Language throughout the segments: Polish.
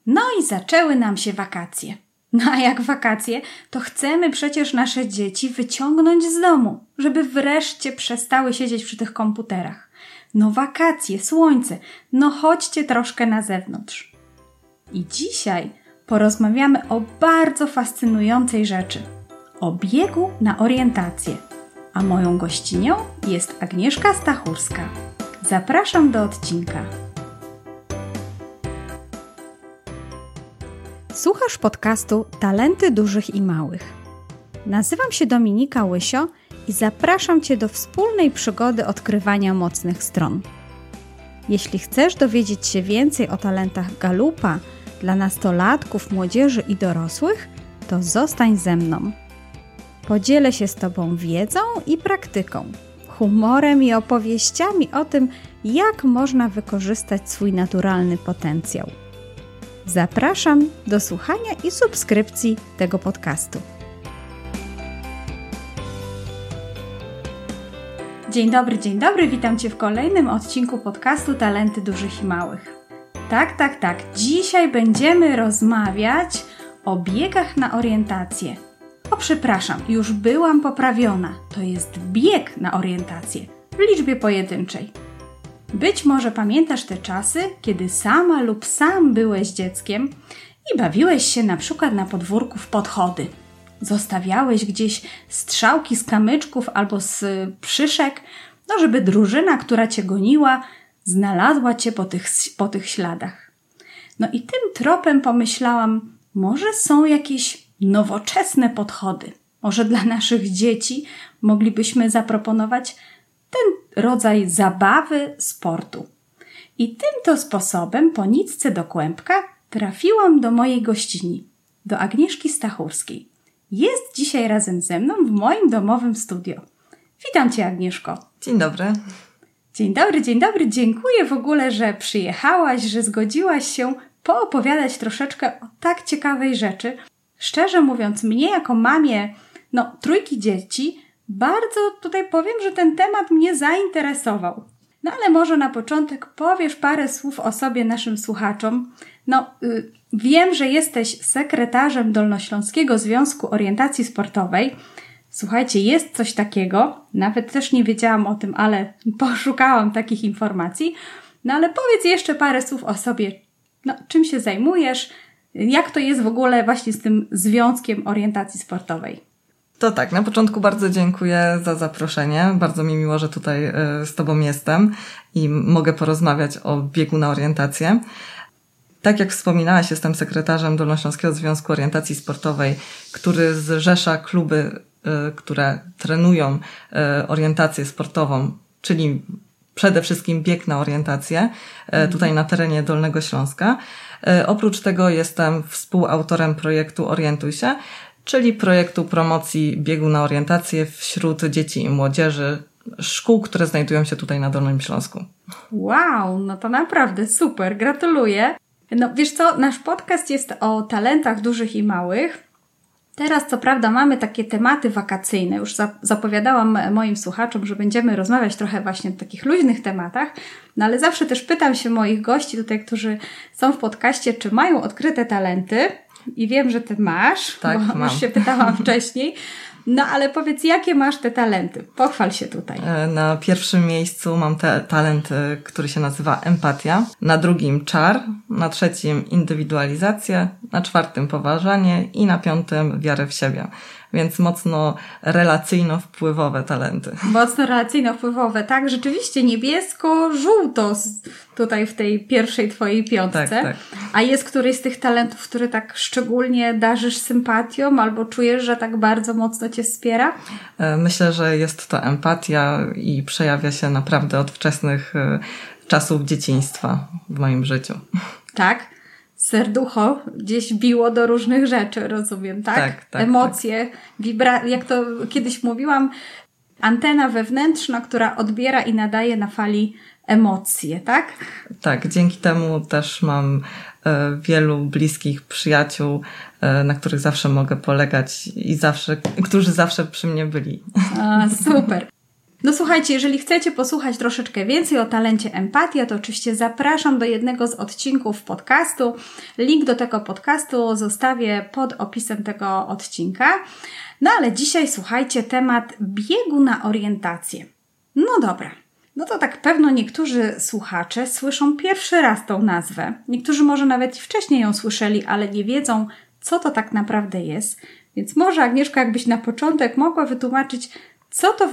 No i zaczęły nam się wakacje. No a jak wakacje, to chcemy przecież nasze dzieci wyciągnąć z domu, żeby wreszcie przestały siedzieć przy tych komputerach. No wakacje, słońce, no chodźcie troszkę na zewnątrz. I dzisiaj porozmawiamy o bardzo fascynującej rzeczy. O biegu na orientację. A moją gościnią jest Agnieszka Stachurska. Zapraszam do odcinka. Słuchasz podcastu Talenty Dużych i Małych. Nazywam się Dominika Łysio i zapraszam Cię do wspólnej przygody odkrywania mocnych stron. Jeśli chcesz dowiedzieć się więcej o talentach Galupa dla nastolatków, młodzieży i dorosłych, to zostań ze mną. Podzielę się z Tobą wiedzą i praktyką, humorem i opowieściami o tym, jak można wykorzystać swój naturalny potencjał. Zapraszam do słuchania i subskrypcji tego podcastu. Dzień dobry, witam Cię w kolejnym odcinku podcastu Talenty Dużych i Małych. Tak. Dzisiaj będziemy rozmawiać o biegach na orientację. O, przepraszam, już byłam poprawiona. To jest bieg na orientację w liczbie pojedynczej. Być może pamiętasz te czasy, kiedy sama lub sam byłeś dzieckiem i bawiłeś się na przykład na podwórku w podchody. Zostawiałeś gdzieś strzałki z kamyczków albo z przyszek, żeby drużyna, która Cię goniła, znalazła Cię po tych śladach. No i tym tropem pomyślałam, może są jakieś nowoczesne podchody. Może dla naszych dzieci moglibyśmy zaproponować ten rodzaj zabawy, sportu. I tym to sposobem po nitce do kłębka trafiłam do mojej gościni, do Agnieszki Stachurskiej. Jest dzisiaj razem ze mną w moim domowym studio. Witam Cię, Agnieszko. Dzień dobry. Dzień dobry. Dziękuję w ogóle, że przyjechałaś, że zgodziłaś się poopowiadać troszeczkę o tak ciekawej rzeczy. Szczerze mówiąc, mnie jako mamie trójki dzieci, bardzo tutaj powiem, że ten temat mnie zainteresował. No ale może na początek powiesz parę słów o sobie naszym słuchaczom. Wiem, że jesteś sekretarzem Dolnośląskiego Związku Orientacji Sportowej. Słuchajcie, jest coś takiego, nawet też nie wiedziałam o tym, ale poszukałam takich informacji. No ale powiedz jeszcze parę słów o sobie. Czym się zajmujesz? Jak to jest w ogóle właśnie z tym Związkiem Orientacji Sportowej? To tak, na początku bardzo dziękuję za zaproszenie. Bardzo mi miło, że tutaj z Tobą jestem i mogę porozmawiać o biegu na orientację. Tak jak wspominałaś, jestem sekretarzem Dolnośląskiego Związku Orientacji Sportowej, który zrzesza kluby, które trenują orientację sportową, czyli przede wszystkim bieg na orientację tutaj na terenie Dolnego Śląska. Oprócz tego jestem współautorem projektu Orientuj się, czyli projektu promocji biegu na orientację wśród dzieci i młodzieży szkół, które znajdują się tutaj na Dolnym Śląsku. Wow, to naprawdę super, gratuluję. Wiesz co, nasz podcast jest o talentach dużych i małych. Teraz co prawda mamy takie tematy wakacyjne. Już zapowiadałam moim słuchaczom, że będziemy rozmawiać trochę właśnie o takich luźnych tematach, ale zawsze też pytam się moich gości tutaj, którzy są w podcaście, czy mają odkryte talenty. I wiem, że Ty masz, tak, bo mam. Już się pytałam wcześniej. Ale powiedz, jakie masz te talenty? Pochwal się tutaj. Na pierwszym miejscu mam talent, który się nazywa empatia, na drugim czar, na trzecim indywidualizację, na czwartym poważanie i na piątym wiarę w siebie. Więc mocno relacyjno-wpływowe talenty. Mocno relacyjno-wpływowe, tak? Rzeczywiście niebiesko-żółto tutaj w tej pierwszej Twojej piątce. Tak. A jest któryś z tych talentów, który tak szczególnie darzysz sympatią albo czujesz, że tak bardzo mocno Cię wspiera? Myślę, że jest to empatia i przejawia się naprawdę od wczesnych czasów dzieciństwa w moim życiu. Tak? Serducho gdzieś biło do różnych rzeczy, rozumiem, tak? Tak. Emocje, jak to kiedyś mówiłam, antena wewnętrzna, która odbiera i nadaje na fali emocje, tak? Tak, dzięki temu też mam wielu bliskich przyjaciół, na których zawsze mogę polegać i którzy zawsze przy mnie byli. Super. No słuchajcie, jeżeli chcecie posłuchać troszeczkę więcej o talencie empatia, to oczywiście zapraszam do jednego z odcinków podcastu. Link do tego podcastu zostawię pod opisem tego odcinka. No ale dzisiaj słuchajcie, temat biegu na orientację. No dobra. No to tak pewno niektórzy słuchacze słyszą pierwszy raz tą nazwę. Niektórzy może nawet i wcześniej ją słyszeli, ale nie wiedzą, co to tak naprawdę jest. Więc może Agnieszka, jakbyś na początek mogła wytłumaczyć, co to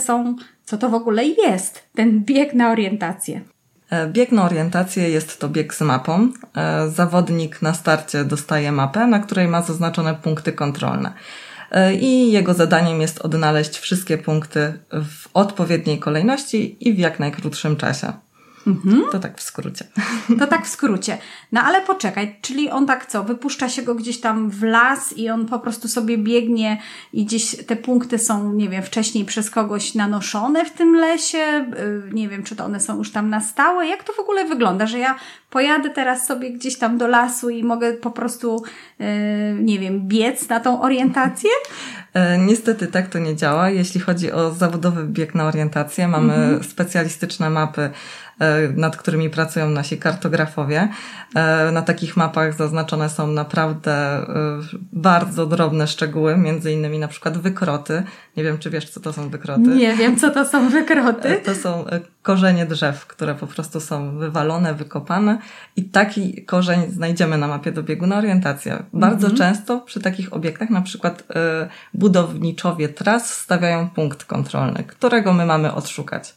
w ogóle jest ten bieg na orientację. Bieg na orientację jest to bieg z mapą. Zawodnik na starcie dostaje mapę, na której ma zaznaczone punkty kontrolne. I jego zadaniem jest odnaleźć wszystkie punkty w odpowiedniej kolejności i w jak najkrótszym czasie. To tak w skrócie. To tak w skrócie. No ale poczekaj, czyli on tak co? Wypuszcza się go gdzieś tam w las i on po prostu sobie biegnie i gdzieś te punkty są, nie wiem, wcześniej przez kogoś nanoszone w tym lesie? Nie wiem, czy to one są już tam na stałe? Jak to w ogóle wygląda, że ja pojadę teraz sobie gdzieś tam do lasu i mogę po prostu, nie wiem, biec na tą orientację? Niestety tak to nie działa. Jeśli chodzi o zawodowy bieg na orientację, mamy specjalistyczne mapy, nad którymi pracują nasi kartografowie. Na takich mapach zaznaczone są naprawdę bardzo drobne szczegóły, między innymi na przykład wykroty. Nie wiem, czy wiesz, co to są wykroty? Nie wiem, co to są wykroty. To są korzenie drzew, które po prostu są wywalone, wykopane i taki korzeń znajdziemy na mapie do biegu na orientację. Bardzo często przy takich obiektach, na przykład budowniczowie tras stawiają punkt kontrolny, którego my mamy odszukać.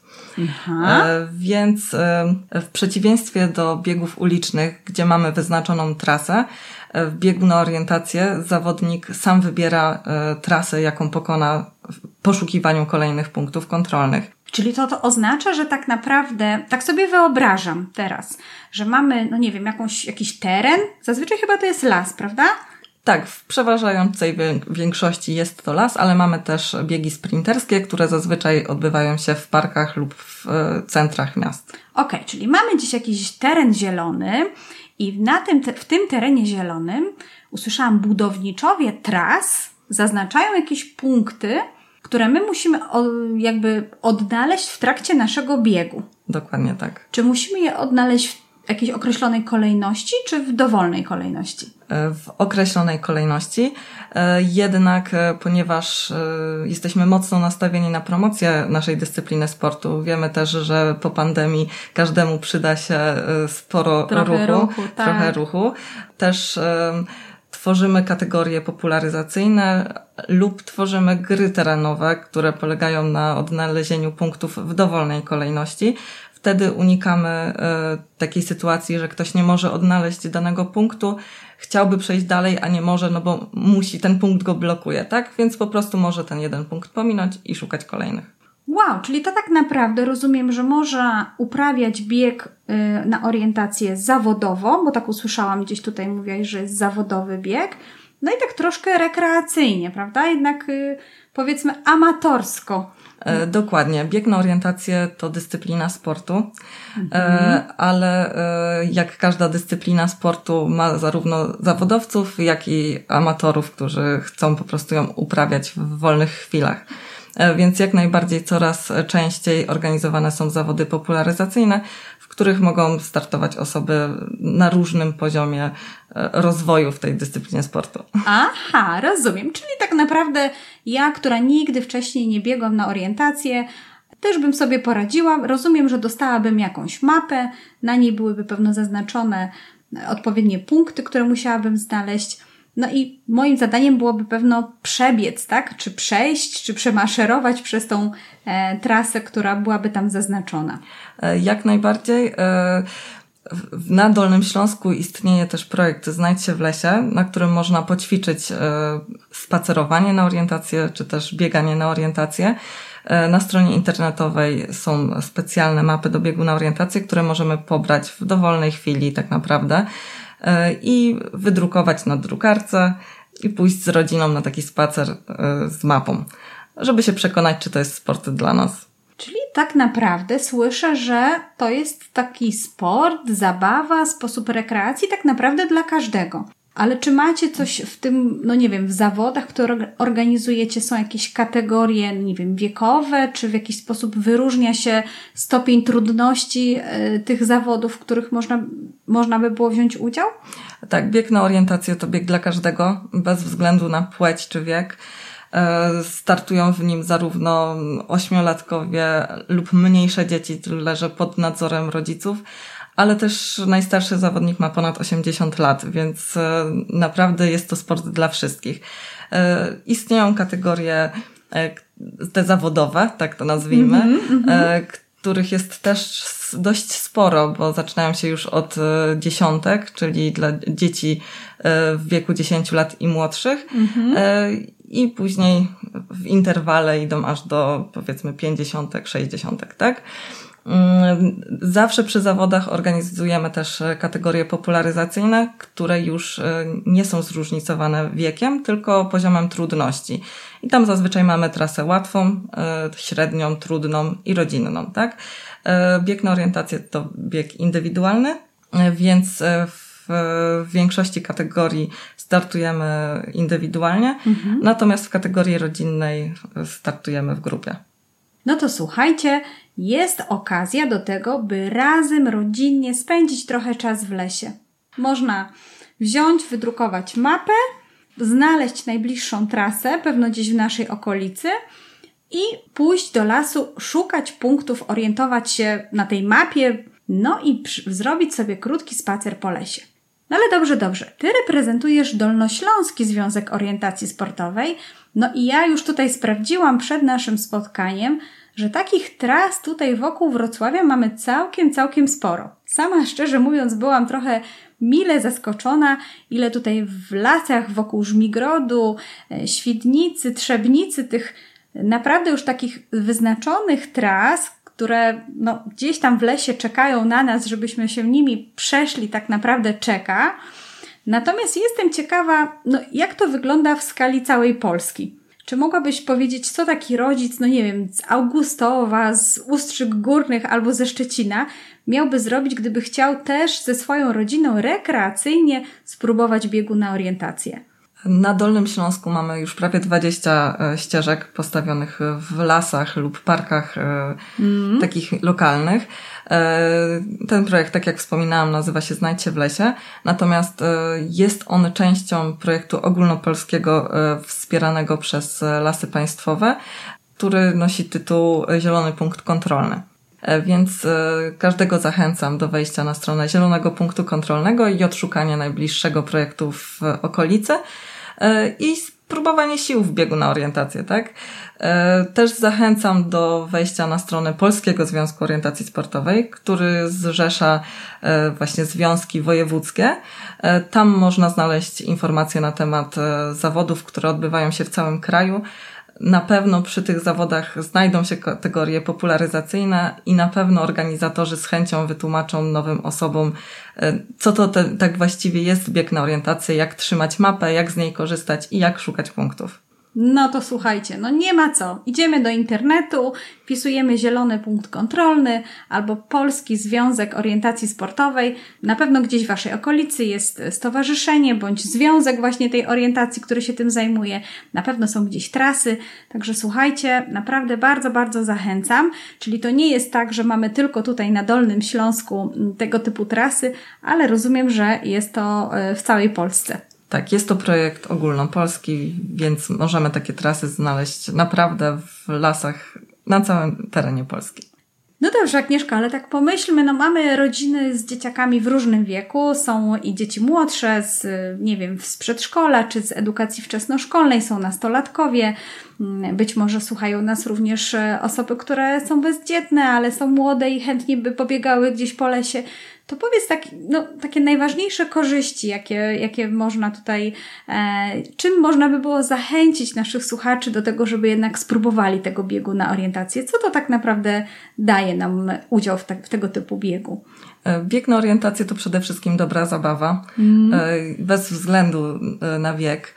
Więc w przeciwieństwie do biegów ulicznych, gdzie mamy wyznaczoną trasę, w biegu na orientację zawodnik sam wybiera trasę, jaką pokona w poszukiwaniu kolejnych punktów kontrolnych. Czyli to oznacza, że tak naprawdę, tak sobie wyobrażam teraz, że mamy, no nie wiem, jakiś teren, zazwyczaj chyba to jest las, prawda? Tak, w przeważającej większości jest to las, ale mamy też biegi sprinterskie, które zazwyczaj odbywają się w parkach lub w centrach miast. Okej, czyli mamy gdzieś jakiś teren zielony i w tym terenie zielonym usłyszałam, budowniczowie tras zaznaczają jakieś punkty, które my musimy jakby odnaleźć w trakcie naszego biegu. Dokładnie tak. Czy musimy je odnaleźć w jakiejś określonej kolejności, czy w dowolnej kolejności? W określonej kolejności, jednak ponieważ jesteśmy mocno nastawieni na promocję naszej dyscypliny sportu, wiemy też, że po pandemii każdemu przyda się sporo trochę ruchu. Też tworzymy kategorie popularyzacyjne lub tworzymy gry terenowe, które polegają na odnalezieniu punktów w dowolnej kolejności. Wtedy unikamy takiej sytuacji, że ktoś nie może odnaleźć danego punktu, chciałby przejść dalej, a nie może, no bo ten punkt go blokuje, tak? Więc po prostu może ten jeden punkt pominąć i szukać kolejnych. Wow, czyli to tak naprawdę rozumiem, że można uprawiać bieg na orientację zawodowo, bo tak usłyszałam, gdzieś tutaj mówiłaś, że jest zawodowy bieg, no i tak troszkę rekreacyjnie, prawda? Jednak powiedzmy amatorsko. Dokładnie. Bieg na orientację to dyscyplina sportu, ale jak każda dyscyplina sportu ma zarówno zawodowców, jak i amatorów, którzy chcą po prostu ją uprawiać w wolnych chwilach. Więc jak najbardziej coraz częściej organizowane są zawody popularyzacyjne, w których mogą startować osoby na różnym poziomie rozwoju w tej dyscyplinie sportu. Aha, rozumiem. Czyli tak naprawdę ja, która nigdy wcześniej nie biegłam na orientację, też bym sobie poradziła. Rozumiem, że dostałabym jakąś mapę, na niej byłyby pewno zaznaczone odpowiednie punkty, które musiałabym znaleźć. No i moim zadaniem byłoby pewno przebiec, tak? Czy przejść, czy przemaszerować przez tą trasę, która byłaby tam zaznaczona. Jak najbardziej. Na Dolnym Śląsku istnieje też projekt Znajdź się w lesie, na którym można poćwiczyć spacerowanie na orientację, czy też bieganie na orientację. Na stronie internetowej są specjalne mapy do biegu na orientację, które możemy pobrać w dowolnej chwili tak naprawdę i wydrukować na drukarce i pójść z rodziną na taki spacer z mapą, żeby się przekonać, czy to jest sport dla nas. Czyli tak naprawdę słyszę, że to jest taki sport, zabawa, sposób rekreacji tak naprawdę dla każdego. Ale czy macie coś w tym, no nie wiem, w zawodach, które organizujecie, są jakieś kategorie, nie wiem, wiekowe, czy w jakiś sposób wyróżnia się stopień trudności tych zawodów, w których można by było wziąć udział? Tak, bieg na orientację to bieg dla każdego, bez względu na płeć czy wiek. Startują w nim zarówno 8-latkowie lub mniejsze dzieci, tyle że pod nadzorem rodziców, ale też najstarszy zawodnik ma ponad 80 lat, więc naprawdę jest to sport dla wszystkich. Istnieją kategorie te zawodowe, tak to nazwijmy, których jest też dość sporo, bo zaczynają się już od dziesiątek, czyli dla dzieci w wieku 10 lat i młodszych. I później w interwale idą aż do, powiedzmy, 50, 60, tak? Zawsze przy zawodach organizujemy też kategorie popularyzacyjne, które już nie są zróżnicowane wiekiem, tylko poziomem trudności. I tam zazwyczaj mamy trasę łatwą, średnią, trudną i rodzinną, tak? Bieg na orientację to bieg indywidualny, więc w większości kategorii startujemy indywidualnie, natomiast w kategorii rodzinnej startujemy w grupie. No to słuchajcie, jest okazja do tego, by razem rodzinnie spędzić trochę czas w lesie. Można wziąć, wydrukować mapę, znaleźć najbliższą trasę, pewno gdzieś w naszej okolicy i pójść do lasu, szukać punktów, orientować się na tej mapie, no i zrobić sobie krótki spacer po lesie. No ale dobrze. Ty reprezentujesz Dolnośląski Związek Orientacji Sportowej, no i ja już tutaj sprawdziłam przed naszym spotkaniem, że takich tras tutaj wokół Wrocławia mamy całkiem sporo. Sama szczerze mówiąc byłam trochę mile zaskoczona, ile tutaj w lasach wokół Żmigrodu, Świdnicy, Trzebnicy, tych naprawdę już takich wyznaczonych tras, które no, gdzieś tam w lesie czekają na nas, żebyśmy się nimi przeszli, tak naprawdę czeka. Natomiast jestem ciekawa, no, jak to wygląda w skali całej Polski. Czy mogłabyś powiedzieć, co taki rodzic, no nie wiem, z Augustowa, z Ustrzyk Górnych albo ze Szczecina miałby zrobić, gdyby chciał też ze swoją rodziną rekreacyjnie spróbować biegu na orientację? Na Dolnym Śląsku mamy już prawie 20 ścieżek postawionych w lasach lub parkach takich lokalnych. Ten projekt, tak jak wspominałam, nazywa się Znajdź się w lesie, natomiast jest on częścią projektu ogólnopolskiego wspieranego przez Lasy Państwowe, który nosi tytuł Zielony Punkt Kontrolny. Więc każdego zachęcam do wejścia na stronę Zielonego Punktu Kontrolnego i odszukania najbliższego projektu w okolicy i spróbowanie sił w biegu na orientację, tak? Też zachęcam do wejścia na stronę Polskiego Związku Orientacji Sportowej, który zrzesza właśnie związki wojewódzkie. Tam można znaleźć informacje na temat zawodów, które odbywają się w całym kraju. Na pewno przy tych zawodach znajdą się kategorie popularyzacyjne i na pewno organizatorzy z chęcią wytłumaczą nowym osobom, co to tak właściwie jest bieg na orientację, jak trzymać mapę, jak z niej korzystać i jak szukać punktów. No to słuchajcie, no nie ma co. Idziemy do internetu, wpisujemy Zielony Punkt Kontrolny albo Polski Związek Orientacji Sportowej. Na pewno gdzieś w waszej okolicy jest stowarzyszenie bądź związek właśnie tej orientacji, który się tym zajmuje. Na pewno są gdzieś trasy. Także słuchajcie, naprawdę bardzo zachęcam. Czyli to nie jest tak, że mamy tylko tutaj na Dolnym Śląsku tego typu trasy, ale rozumiem, że jest to w całej Polsce. Tak, jest to projekt ogólnopolski, więc możemy takie trasy znaleźć naprawdę w lasach na całym terenie Polski. No dobrze, Agnieszka, ale tak pomyślmy, no mamy rodziny z dzieciakami w różnym wieku, są i dzieci młodsze z, nie wiem, z przedszkola czy z edukacji wczesnoszkolnej, są nastolatkowie, być może słuchają nas również osoby, które są bezdzietne, ale są młode i chętnie by pobiegały gdzieś po lesie. To powiedz takie najważniejsze korzyści, jakie można tutaj, czym można by było zachęcić naszych słuchaczy do tego, żeby jednak spróbowali tego biegu na orientację? Co to tak naprawdę daje nam udział w tego typu biegu? Bieg na orientację to przede wszystkim dobra zabawa, bez względu na wiek.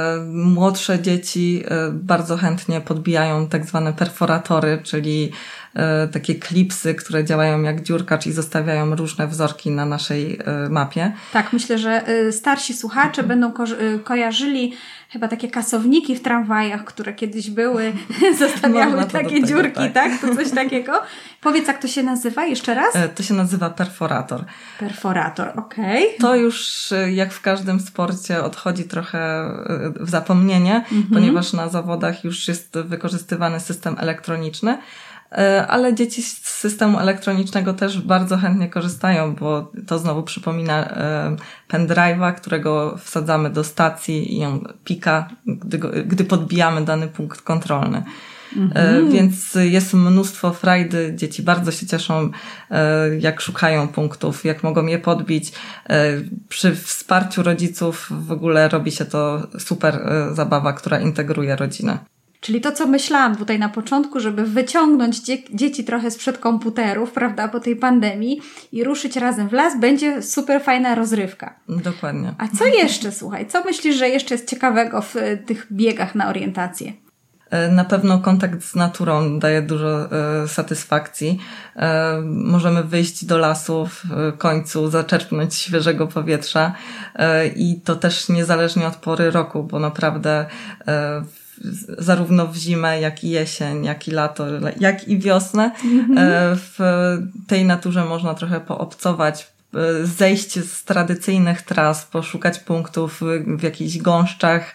Młodsze dzieci bardzo chętnie podbijają tak zwane perforatory, czyli takie klipsy, które działają jak dziurkacz i zostawiają różne wzorki na naszej mapie. Tak, myślę, że starsi słuchacze będą kojarzyli chyba takie kasowniki w tramwajach, które kiedyś były, zostawiały takie dziurki, tak? To coś takiego. Powiedz, jak to się nazywa jeszcze raz? To się nazywa perforator. Perforator, okej. To już jak w każdym sporcie odchodzi trochę w zapomnienie, ponieważ na zawodach już jest wykorzystywany system elektroniczny. Ale dzieci z systemu elektronicznego też bardzo chętnie korzystają, bo to znowu przypomina pendrive'a, którego wsadzamy do stacji i on pika, gdy podbijamy dany punkt kontrolny. Więc jest mnóstwo frajdy, dzieci bardzo się cieszą, jak szukają punktów, jak mogą je podbić. Przy wsparciu rodziców w ogóle robi się to super zabawa, która integruje rodzinę. Czyli to, co myślałam tutaj na początku, żeby wyciągnąć dzieci trochę sprzed komputerów, prawda, po tej pandemii i ruszyć razem w las, będzie super fajna rozrywka. Dokładnie. A co jeszcze, słuchaj, co myślisz, że jeszcze jest ciekawego w tych biegach na orientację? Na pewno kontakt z naturą daje dużo satysfakcji. Możemy wyjść do lasu w końcu, zaczerpnąć świeżego powietrza i to też niezależnie od pory roku, bo naprawdę zarówno w zimę, jak i jesień, jak i lato, jak i wiosnę w tej naturze można trochę poobcować, zejść z tradycyjnych tras, poszukać punktów w jakichś gąszczach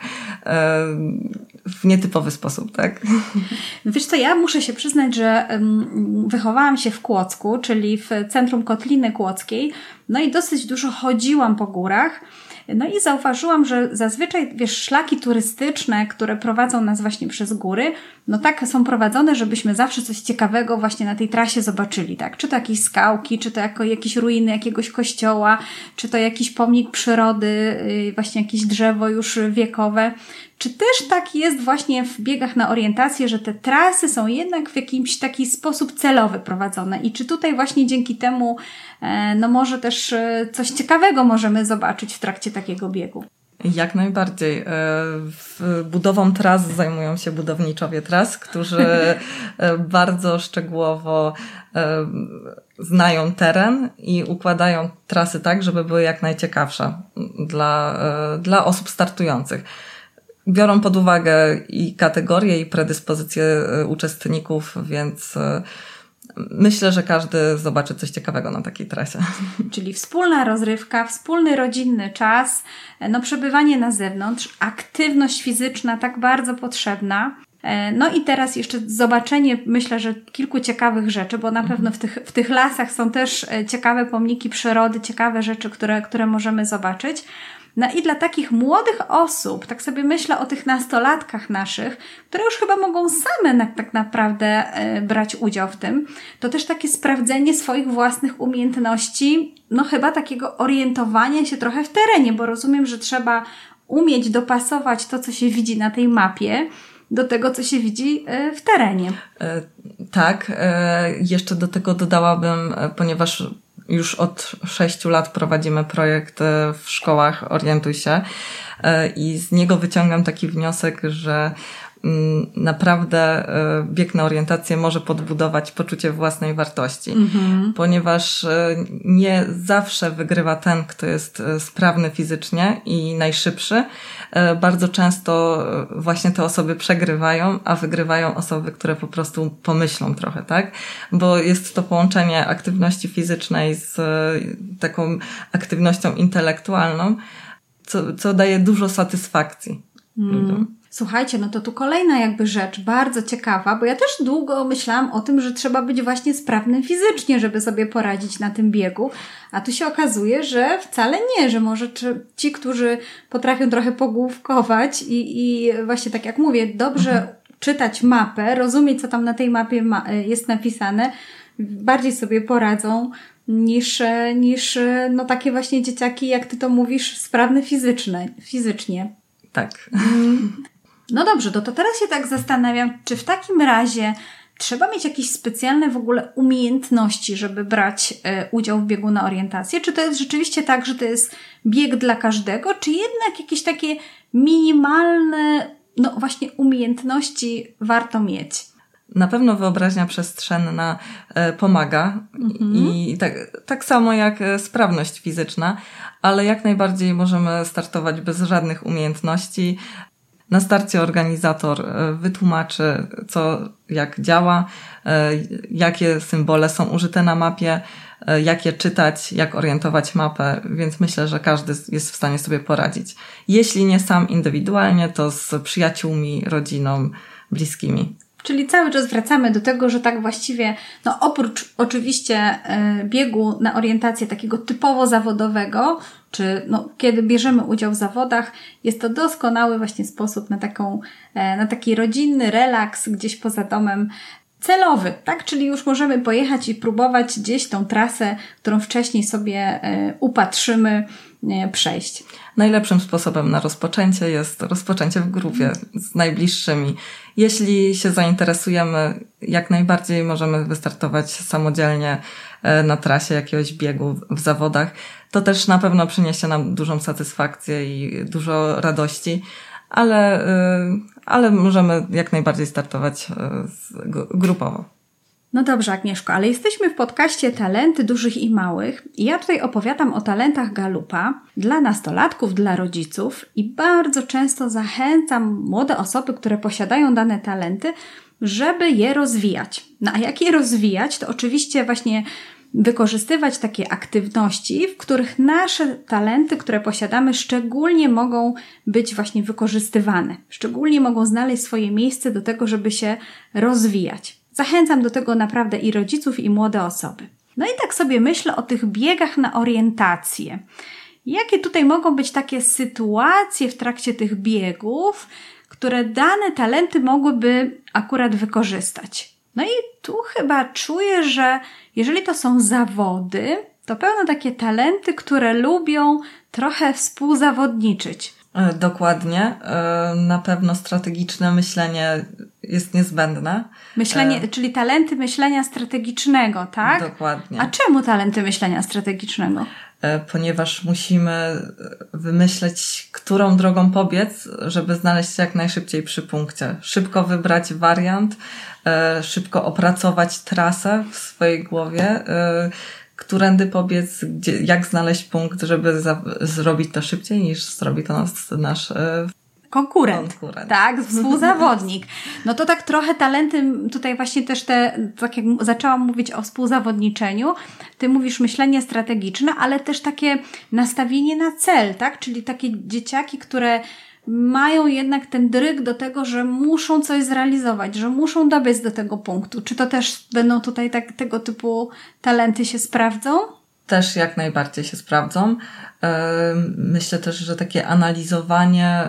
w nietypowy sposób, tak? Wiesz co, ja muszę się przyznać, że wychowałam się w Kłodzku, czyli w centrum Kotliny Kłodzkiej, no i dosyć dużo chodziłam po górach. No i zauważyłam, że zazwyczaj, wiesz, szlaki turystyczne, które prowadzą nas właśnie przez góry, no tak są prowadzone, żebyśmy zawsze coś ciekawego właśnie na tej trasie zobaczyli, tak? Czy to jakieś skałki, czy to jakieś ruiny jakiegoś kościoła, czy to jakiś pomnik przyrody, właśnie jakieś drzewo już wiekowe. Czy też tak jest właśnie w biegach na orientację, że te trasy są jednak w jakiś taki sposób celowy prowadzone i czy tutaj właśnie dzięki temu no może też coś ciekawego możemy zobaczyć w trakcie takiego biegu? Jak najbardziej. Budową tras zajmują się budowniczowie tras, którzy bardzo szczegółowo znają teren i układają trasy tak, żeby były jak najciekawsze dla osób startujących. Biorą pod uwagę i kategorie, i predyspozycje uczestników, więc myślę, że każdy zobaczy coś ciekawego na takiej trasie. Czyli wspólna rozrywka, wspólny rodzinny czas, no przebywanie na zewnątrz, aktywność fizyczna tak bardzo potrzebna. No i teraz jeszcze zobaczenie, myślę, że kilku ciekawych rzeczy, bo na pewno w tych lasach są też ciekawe pomniki przyrody, ciekawe rzeczy, które możemy zobaczyć. No i dla takich młodych osób, tak sobie myślę o tych nastolatkach naszych, które już chyba mogą same tak naprawdę brać udział w tym, to też takie sprawdzenie swoich własnych umiejętności, no chyba takiego orientowania się trochę w terenie, bo rozumiem, że trzeba umieć dopasować to, co się widzi na tej mapie, do tego, co się widzi w terenie. Tak, jeszcze do tego dodałabym, ponieważ już od 6 lat prowadzimy projekt w szkołach Orientuj się i z niego wyciągam taki wniosek, że naprawdę bieg na orientację może podbudować poczucie własnej wartości, ponieważ nie zawsze wygrywa ten, kto jest sprawny fizycznie i najszybszy. Bardzo często właśnie te osoby przegrywają, a wygrywają osoby, które po prostu pomyślą trochę, tak? Bo jest to połączenie aktywności fizycznej z taką aktywnością intelektualną, co daje dużo satysfakcji ludziom. Słuchajcie, no to tu kolejna jakby rzecz bardzo ciekawa, bo ja też długo myślałam o tym, że trzeba być właśnie sprawnym fizycznie, żeby sobie poradzić na tym biegu, a tu się okazuje, że wcale nie, że może ci, którzy potrafią trochę pogłówkować i właśnie tak jak mówię, dobrze czytać mapę, rozumieć, co tam na tej mapie jest napisane, bardziej sobie poradzą niż no takie właśnie dzieciaki, jak ty to mówisz, sprawne fizycznie. Tak. No dobrze, to teraz się tak zastanawiam, czy w takim razie trzeba mieć jakieś specjalne w ogóle umiejętności, żeby brać udział w biegu na orientację? Czy to jest rzeczywiście tak, że to jest bieg dla każdego, czy jednak jakieś takie minimalne, no właśnie umiejętności warto mieć? Na pewno wyobraźnia przestrzenna pomaga i tak samo jak sprawność fizyczna, ale jak najbardziej możemy startować bez żadnych umiejętności. Na starcie organizator wytłumaczy, co jak działa, jakie symbole są użyte na mapie, jak je czytać, jak orientować mapę, więc myślę, że każdy jest w stanie sobie poradzić. Jeśli nie sam indywidualnie, to z przyjaciółmi, rodziną, bliskimi. Czyli cały czas wracamy do tego, że tak właściwie, oprócz oczywiście biegu na orientację takiego typowo zawodowego, czy kiedy bierzemy udział w zawodach, jest to doskonały właśnie sposób na taki rodzinny relaks gdzieś poza domem, celowy, tak? Czyli już możemy pojechać i próbować gdzieś tą trasę, którą wcześniej sobie upatrzymy, przejść. Najlepszym sposobem na rozpoczęcie jest rozpoczęcie w grupie z najbliższymi. Jeśli się zainteresujemy, jak najbardziej możemy wystartować samodzielnie na trasie jakiegoś biegu w zawodach. To też na pewno przyniesie nam dużą satysfakcję i dużo radości, ale możemy jak najbardziej startować grupowo. No dobrze, Agnieszko, ale jesteśmy w podcaście Talenty Dużych i Małych i ja tutaj opowiadam o talentach Galupa dla nastolatków, dla rodziców i bardzo często zachęcam młode osoby, które posiadają dane talenty, żeby je rozwijać. No a jak je rozwijać, to oczywiście właśnie wykorzystywać takie aktywności, w których nasze talenty, które posiadamy, szczególnie mogą być właśnie wykorzystywane. Szczególnie mogą znaleźć swoje miejsce do tego, żeby się rozwijać. Zachęcam do tego naprawdę i rodziców, i młode osoby. No i tak sobie myślę o tych biegach na orientację. Jakie tutaj mogą być takie sytuacje w trakcie tych biegów, które dane talenty mogłyby akurat wykorzystać? No i tu chyba czuję, że jeżeli to są zawody, to pełno takie talenty, które lubią trochę współzawodniczyć. Dokładnie. Na pewno strategiczne myślenie jest niezbędne. Czyli talenty myślenia strategicznego, tak? Dokładnie. A czemu talenty myślenia strategicznego? Ponieważ musimy wymyśleć, którą drogą pobiec, żeby znaleźć się jak najszybciej przy punkcie. Szybko wybrać wariant, szybko opracować trasę w swojej głowie, którędy pobiec, jak znaleźć punkt, żeby zrobić to szybciej niż zrobi to nasz konkurent. Tak, współzawodnik. No to tak trochę talenty, tutaj właśnie też tak jak zaczęłam mówić o współzawodniczeniu, ty mówisz myślenie strategiczne, ale też takie nastawienie na cel, tak? Czyli takie dzieciaki, które mają jednak ten dryg do tego, że muszą coś zrealizować, że muszą dobiec do tego punktu. Czy to też będą tutaj tego typu talenty się sprawdzą? Też jak najbardziej się sprawdzą. Myślę też, że takie analizowanie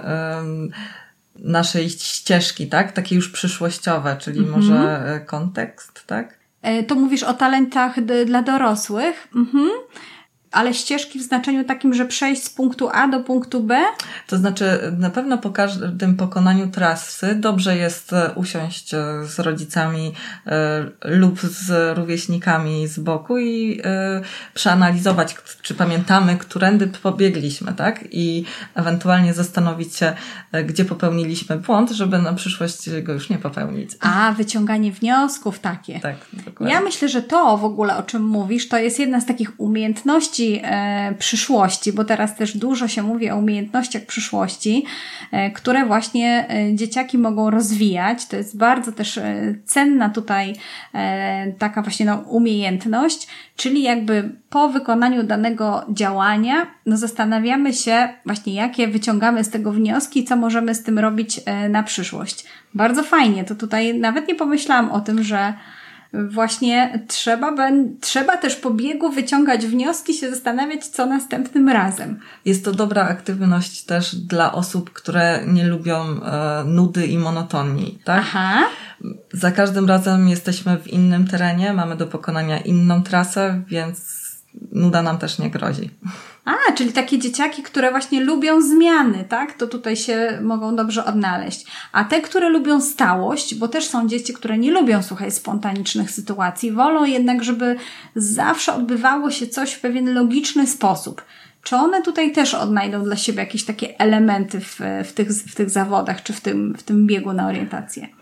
naszej ścieżki, tak? Takie już przyszłościowe, czyli może kontekst, tak? To mówisz o talentach dla dorosłych. Ale ścieżki w znaczeniu takim, że przejść z punktu A do punktu B? To znaczy na pewno po każdym pokonaniu trasy dobrze jest usiąść z rodzicami lub z rówieśnikami z boku i przeanalizować, czy pamiętamy, którędy pobiegliśmy, tak? I ewentualnie zastanowić się, gdzie popełniliśmy błąd, żeby na przyszłość go już nie popełnić. A, wyciąganie wniosków takie. Tak, dokładnie. Ja myślę, że to w ogóle, o czym mówisz, to jest jedna z takich umiejętności przyszłości, bo teraz też dużo się mówi o umiejętnościach przyszłości, które właśnie dzieciaki mogą rozwijać. To jest bardzo też cenna tutaj taka właśnie umiejętność, czyli jakby po wykonaniu danego działania zastanawiamy się właśnie, jakie wyciągamy z tego wnioski, co możemy z tym robić na przyszłość. Bardzo fajnie, to tutaj nawet nie pomyślałam o tym, że właśnie trzeba też po biegu wyciągać wnioski, się zastanawiać, co następnym razem. Jest to dobra aktywność też dla osób, które nie lubią nudy i monotonii, tak? Aha. Za każdym razem jesteśmy w innym terenie, mamy do pokonania inną trasę, więc nuda nam też nie grozi. A, czyli takie dzieciaki, które właśnie lubią zmiany, tak? To tutaj się mogą dobrze odnaleźć. A te, które lubią stałość, bo też są dzieci, które nie lubią, spontanicznych sytuacji, wolą jednak, żeby zawsze odbywało się coś w pewien logiczny sposób. Czy one tutaj też odnajdą dla siebie jakieś takie elementy w tych zawodach, czy w tym biegu na orientację?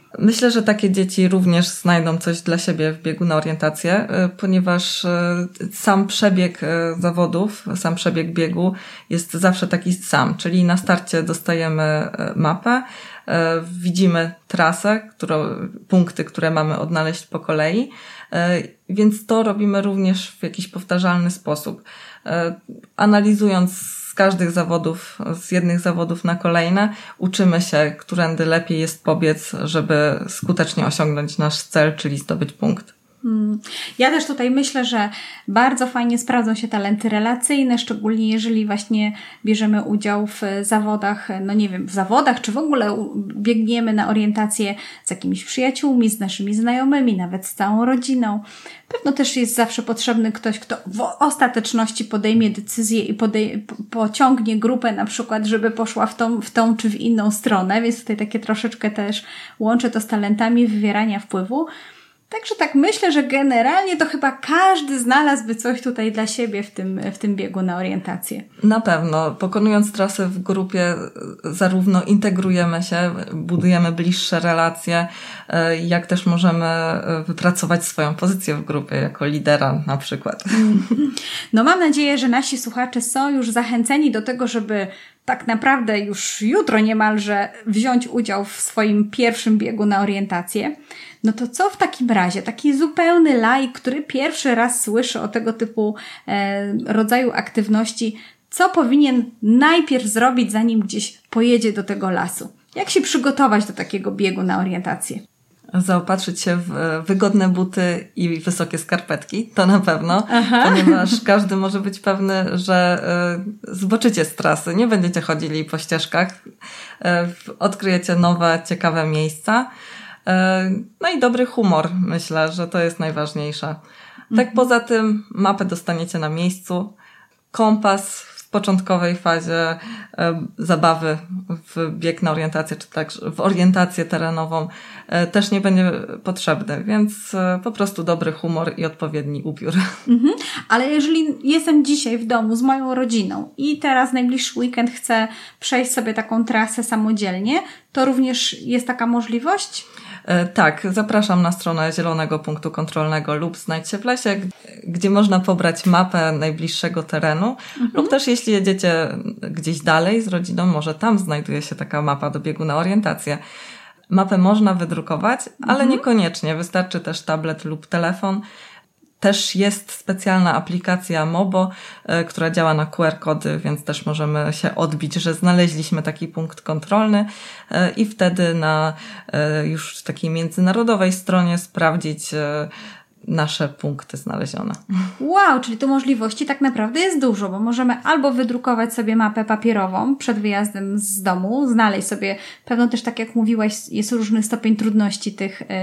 Myślę, że takie dzieci również znajdą coś dla siebie w biegu na orientację, ponieważ sam przebieg zawodów, sam przebieg biegu jest zawsze taki sam, czyli na starcie dostajemy mapę, widzimy trasę, punkty, które mamy odnaleźć po kolei, więc to robimy również w jakiś powtarzalny sposób. Analizując z jednych zawodów na kolejne, uczymy się, którędy lepiej jest pobiec, żeby skutecznie osiągnąć nasz cel, czyli zdobyć punkt. Ja też tutaj myślę, że bardzo fajnie sprawdzą się talenty relacyjne, szczególnie jeżeli właśnie bierzemy udział w zawodach, no nie wiem, w zawodach, czy w ogóle biegniemy na orientację z jakimiś przyjaciółmi, z naszymi znajomymi, nawet z całą rodziną. Pewno też jest zawsze potrzebny ktoś, kto w ostateczności podejmie decyzję i pociągnie grupę na przykład, żeby poszła w tą czy w inną stronę, więc tutaj takie troszeczkę też łączę to z talentami wywierania wpływu. Także tak myślę, że generalnie to chyba każdy znalazłby coś tutaj dla siebie w tym biegu na orientację. Na pewno. Pokonując trasę w grupie, zarówno integrujemy się, budujemy bliższe relacje, jak też możemy wypracować swoją pozycję w grupie jako lidera na przykład. No mam nadzieję, że nasi słuchacze są już zachęceni do tego, żeby tak naprawdę już jutro niemalże wziąć udział w swoim pierwszym biegu na orientację. No to co w takim razie? Taki zupełny laik, który pierwszy raz słyszy o tego typu rodzaju aktywności, co powinien najpierw zrobić, zanim gdzieś pojedzie do tego lasu? Jak się przygotować do takiego biegu na orientację? Zaopatrzyć się w wygodne buty i wysokie skarpetki, to na pewno, ponieważ każdy może być pewny, że zboczycie z trasy, nie będziecie chodzili po ścieżkach, odkryjecie nowe, ciekawe miejsca. No i dobry humor, myślę, że to jest najważniejsze. Tak poza tym mapę dostaniecie na miejscu, kompas w początkowej fazie zabawy w bieg na orientację, czy tak w orientację terenową też nie będzie potrzebny, więc po prostu dobry humor i odpowiedni upiór. Ale jeżeli jestem dzisiaj w domu z moją rodziną i teraz najbliższy weekend chcę przejść sobie taką trasę samodzielnie, to również jest taka możliwość? Tak, zapraszam na stronę Zielonego Punktu Kontrolnego lub Znajdź się w lesie, gdzie można pobrać mapę najbliższego terenu lub też jeśli jedziecie gdzieś dalej z rodziną, może tam znajduje się taka mapa do biegu na orientację. Mapę można wydrukować, ale niekoniecznie. Wystarczy też tablet lub telefon. Też jest specjalna aplikacja Mobo, która działa na QR-kody, więc też możemy się odbić, że znaleźliśmy taki punkt kontrolny i wtedy na już takiej międzynarodowej stronie sprawdzić nasze punkty znalezione. Wow, czyli tu możliwości tak naprawdę jest dużo, bo możemy albo wydrukować sobie mapę papierową przed wyjazdem z domu, znaleźć sobie, pewno też tak jak mówiłaś, jest różny stopień trudności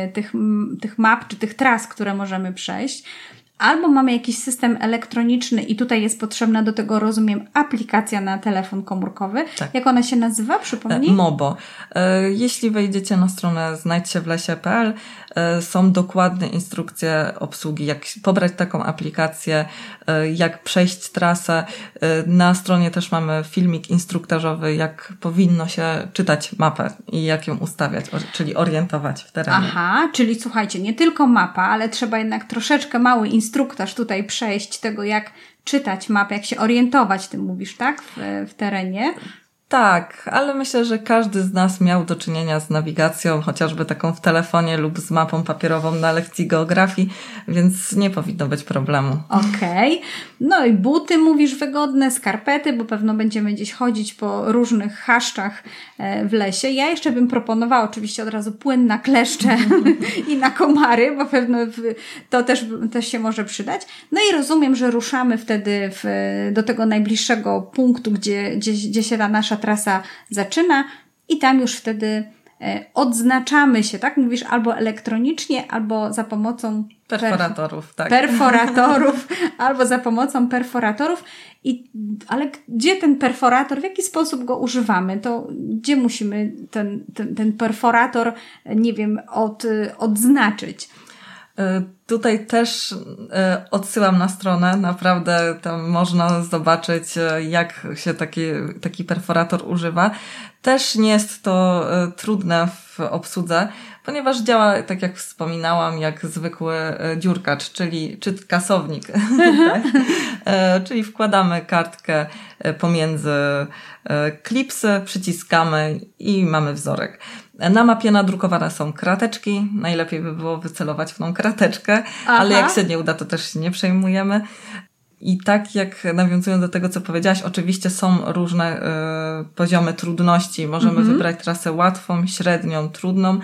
tych map czy tych tras, które możemy przejść. Albo mamy jakiś system elektroniczny i tutaj jest potrzebna do tego, rozumiem, aplikacja na telefon komórkowy. Tak. Jak ona się nazywa? Przypomnij. Mobo. Jeśli wejdziecie na stronę znajdźsiewlesie.pl, są dokładne instrukcje obsługi, jak pobrać taką aplikację, jak przejść trasę. Na stronie też mamy filmik instruktażowy, jak powinno się czytać mapę i jak ją ustawiać, czyli orientować w terenie. Aha, czyli słuchajcie, nie tylko mapa, ale trzeba jednak troszeczkę mały instruktaż tutaj przejść tego, jak czytać mapę, jak się orientować, ty mówisz, tak? W terenie. Tak, ale myślę, że każdy z nas miał do czynienia z nawigacją, chociażby taką w telefonie lub z mapą papierową na lekcji geografii, więc nie powinno być problemu. Okej. No i buty mówisz wygodne, skarpety, bo pewno będziemy gdzieś chodzić po różnych chaszczach w lesie. Ja jeszcze bym proponowała oczywiście od razu płyn na kleszcze i na komary, bo pewno to też się może przydać. No i rozumiem, że ruszamy wtedy do tego najbliższego punktu, gdzie się ta nasza trasa zaczyna i tam już wtedy odznaczamy się, tak? Mówisz albo elektronicznie, albo za pomocą perforatorów, tak. Perforatorów, albo za pomocą perforatorów. Ale gdzie ten perforator, w jaki sposób go używamy? To gdzie musimy ten perforator, nie wiem, odznaczyć? Tutaj też odsyłam na stronę, naprawdę tam można zobaczyć, jak się taki perforator używa. Też nie jest to trudne w obsłudze, ponieważ działa, tak jak wspominałam, jak zwykły dziurkacz, czy kasownik. Tak? Czyli wkładamy kartkę pomiędzy klipsy, przyciskamy i mamy wzorek. Na mapie nadrukowane są krateczki. Najlepiej by było wycelować w tą krateczkę, ale jak się nie uda, to też się nie przejmujemy. I tak jak nawiązując do tego, co powiedziałaś, oczywiście są różne poziomy trudności. Możemy wybrać trasę łatwą, średnią, trudną.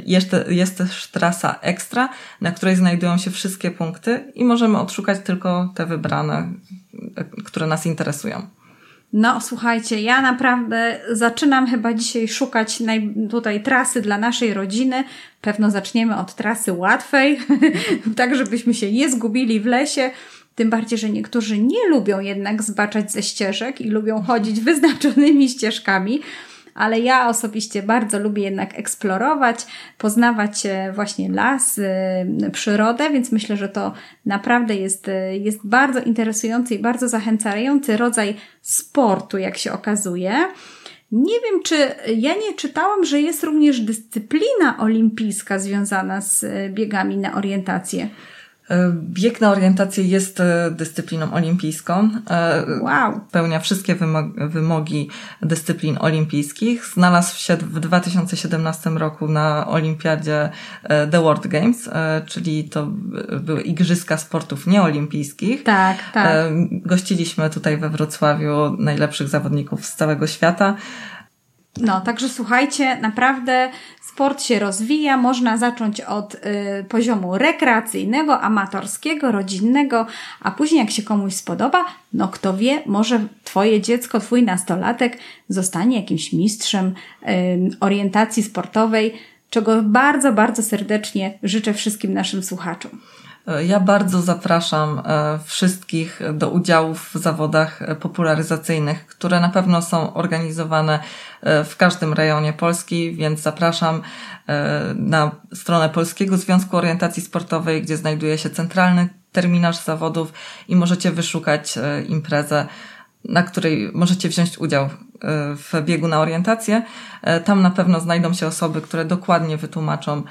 Jest też trasa ekstra, na której znajdują się wszystkie punkty i możemy odszukać tylko te wybrane, które nas interesują. No słuchajcie, ja naprawdę zaczynam chyba dzisiaj szukać tutaj trasy dla naszej rodziny. Pewno zaczniemy od trasy łatwej, tak żebyśmy się nie zgubili w lesie. Tym bardziej, że niektórzy nie lubią jednak zbaczać ze ścieżek i lubią chodzić wyznaczonymi ścieżkami, ale ja osobiście bardzo lubię jednak eksplorować, poznawać właśnie las, przyrodę, więc myślę, że to naprawdę jest bardzo interesujący i bardzo zachęcający rodzaj sportu, jak się okazuje. Nie wiem, czy ja nie czytałam, że jest również dyscyplina olimpijska związana z biegami na orientację. Bieg na orientację jest dyscypliną olimpijską. Wow. Spełnia wszystkie wymogi dyscyplin olimpijskich. Znalazł się w 2017 roku na olimpiadzie The World Games, czyli to były igrzyska sportów nieolimpijskich. Tak. Gościliśmy tutaj we Wrocławiu najlepszych zawodników z całego świata. No, także słuchajcie, naprawdę sport się rozwija, można zacząć od poziomu rekreacyjnego, amatorskiego, rodzinnego, a później jak się komuś spodoba, no kto wie, może twoje dziecko, twój nastolatek zostanie jakimś mistrzem orientacji sportowej, czego bardzo, bardzo serdecznie życzę wszystkim naszym słuchaczom. Ja bardzo zapraszam wszystkich do udziału w zawodach popularyzacyjnych, które na pewno są organizowane w każdym rejonie Polski, więc zapraszam na stronę Polskiego Związku Orientacji Sportowej, gdzie znajduje się centralny terminarz zawodów i możecie wyszukać imprezę, na której możecie wziąć udział w biegu na orientację. Tam na pewno znajdą się osoby, które dokładnie wytłumaczą,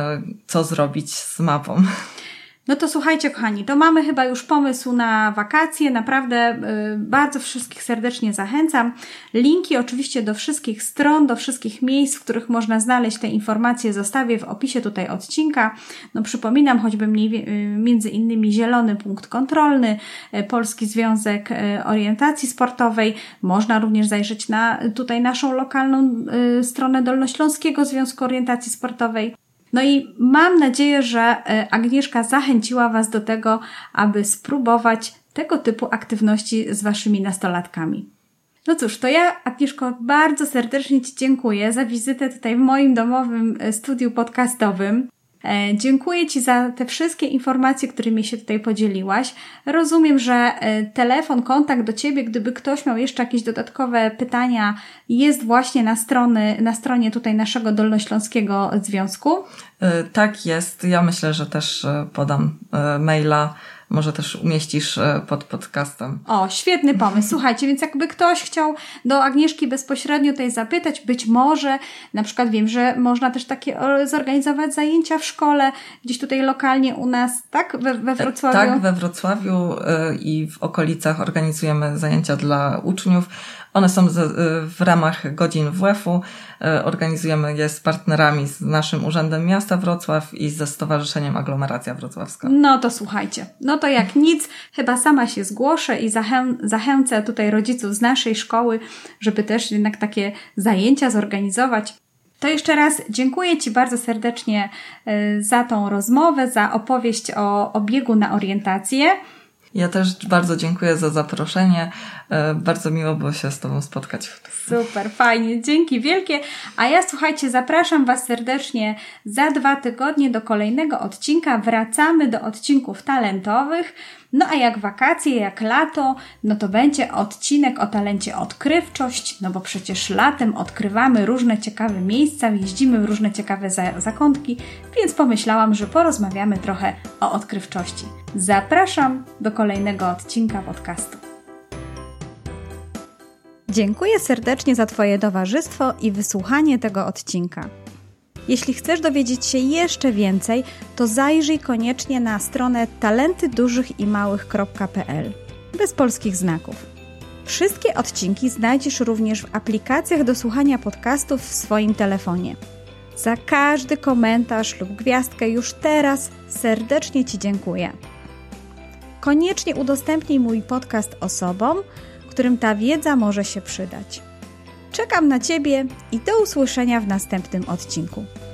co zrobić z mapą. No to słuchajcie, kochani, to mamy chyba już pomysł na wakacje. Naprawdę bardzo wszystkich serdecznie zachęcam. Linki oczywiście do wszystkich stron, do wszystkich miejsc, w których można znaleźć te informacje, zostawię w opisie tutaj odcinka. No przypominam choćby między innymi Zielony Punkt Kontrolny, Polski Związek Orientacji Sportowej. Można również zajrzeć na tutaj naszą lokalną stronę Dolnośląskiego Związku Orientacji Sportowej. No i mam nadzieję, że Agnieszka zachęciła Was do tego, aby spróbować tego typu aktywności z Waszymi nastolatkami. No cóż, to ja, Agnieszko, bardzo serdecznie Ci dziękuję za wizytę tutaj w moim domowym studiu podcastowym. Dziękuję Ci za te wszystkie informacje, którymi się tutaj podzieliłaś. Rozumiem, że telefon, kontakt do Ciebie, gdyby ktoś miał jeszcze jakieś dodatkowe pytania, jest właśnie na stronie tutaj naszego Dolnośląskiego Związku. Tak jest. Ja myślę, że też podam maila. Może też umieścisz pod podcastem. O, świetny pomysł. Słuchajcie, więc jakby ktoś chciał do Agnieszki bezpośrednio tutaj zapytać, być może, na przykład wiem, że można też takie zorganizować zajęcia w szkole, gdzieś tutaj lokalnie u nas, tak? We Wrocławiu? Tak, we Wrocławiu i w okolicach organizujemy zajęcia dla uczniów. One są w ramach godzin WF-u. Organizujemy je z partnerami z naszym Urzędem Miasta Wrocław i ze Stowarzyszeniem Aglomeracja Wrocławska. No to słuchajcie, no to jak nic, chyba sama się zgłoszę i zachęcę tutaj rodziców z naszej szkoły, żeby też jednak takie zajęcia zorganizować. To jeszcze raz dziękuję Ci bardzo serdecznie za tą rozmowę, za opowieść o biegu na orientację. Ja też bardzo dziękuję za zaproszenie. Bardzo miło było się z Tobą spotkać. Super, fajnie. Dzięki wielkie. A ja, słuchajcie, zapraszam Was serdecznie za 2 tygodnie do kolejnego odcinka. Wracamy do odcinków talentowych. No a jak wakacje, jak lato, no to będzie odcinek o talencie odkrywczość, no bo przecież latem odkrywamy różne ciekawe miejsca, jeździmy w różne ciekawe zakątki, więc pomyślałam, że porozmawiamy trochę o odkrywczości. Zapraszam do kolejnego odcinka podcastu. Dziękuję serdecznie za Twoje towarzystwo i wysłuchanie tego odcinka. Jeśli chcesz dowiedzieć się jeszcze więcej, to zajrzyj koniecznie na stronę talentydużychimałych.pl bez polskich znaków. Wszystkie odcinki znajdziesz również w aplikacjach do słuchania podcastów w swoim telefonie. Za każdy komentarz lub gwiazdkę już teraz serdecznie Ci dziękuję. Koniecznie udostępnij mój podcast osobom, którym ta wiedza może się przydać. Czekam na Ciebie i do usłyszenia w następnym odcinku.